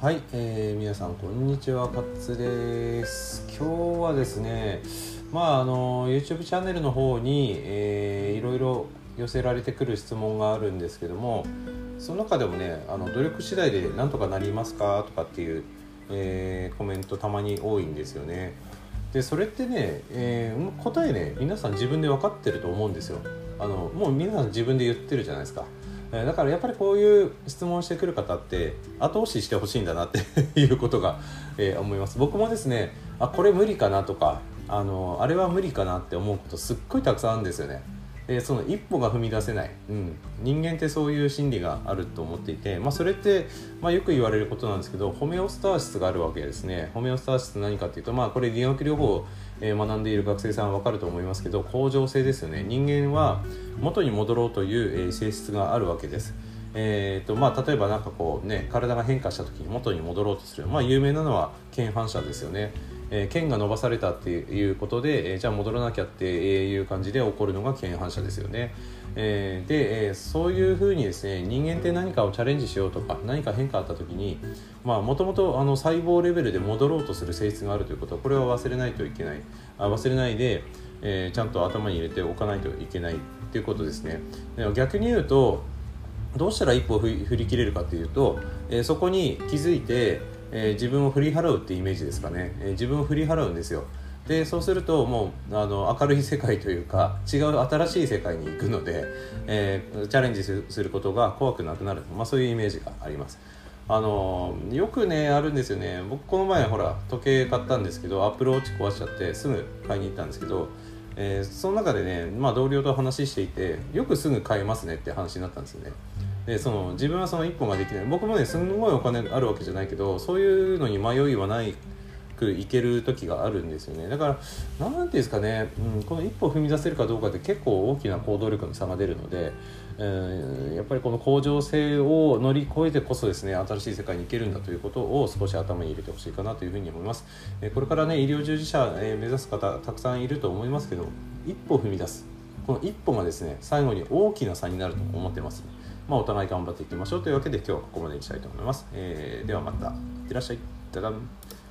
はい、皆さんこんにちは、カツです。今日はですね、YouTube チャンネルの方に、いろいろ寄せられてくる質問があるんですけども、その中でもね、努力次第でなんとかなりますかとかっていう、コメントたまに多いんですよね。でそれってね、答えね、皆さん自分で分かってると思うんですよ。もう皆さん自分で言ってるじゃないですか。だからやっぱりこういう質問してくる方って後押ししてほしいんだなっていうことが、思います。僕もですね、これ無理かなとか、あれは無理かなって思うことすっごいたくさんあるんですよね。その一歩が踏み出せない、人間ってそういう心理があると思っていて、それって、よく言われることなんですけど、ホメオスターシスがあるわけですね。ホメオスターシス何かっていうと、これ理学療法を学んでいる学生さんは分かると思いますけど、恒常性ですよね。人間は元に戻ろうという性質があるわけです。例えばなんかこうね、体が変化した時に元に戻ろうとする、有名なのは腱反射ですよね。腱が伸ばされたっていうことで、じゃあ戻らなきゃっていう感じで起こるのが腱反射ですよね。そういうふうにですね、人間って何かをチャレンジしようとか何か変化あった時に、もともと細胞レベルで戻ろうとする性質があるということ、これは忘れないといけない。忘れないで、ちゃんと頭に入れておかないといけないということですね。でも逆に言うと、どうしたら一歩振り切れるかというと、そこに気づいて、自分を振り払うってイメージですかね。自分を振り払うんですよ。でそうするともう明るい世界というか、違う新しい世界に行くので、チャレンジすることが怖くなくなる、そういうイメージがあります。よくねあるんですよね。僕この前時計買ったんですけど、アップルウォッチ壊しちゃってすぐ買いに行ったんですけど、その中でね、同僚と話していて、よくすぐ買えますねって話になったんですよね。で自分はその一歩ができない。僕もね、すんごいお金あるわけじゃないけど、そういうのに迷いはないくいける時があるんですよね。だからなんていうんですかね、この一歩踏み出せるかどうかって結構大きな行動力の差が出るので、やっぱりこの向上性を乗り越えてこそですね、新しい世界に行けるんだということを少し頭に入れてほしいかなというふうに思います。これからね、医療従事者、目指す方たくさんいると思いますけど、一歩踏み出す、この一歩がですね、最後に大きな差になると思ってます。お互い頑張っていきましょうというわけで、今日はここまでにしたいと思います。ではまた、いってらっしゃい。ダダン。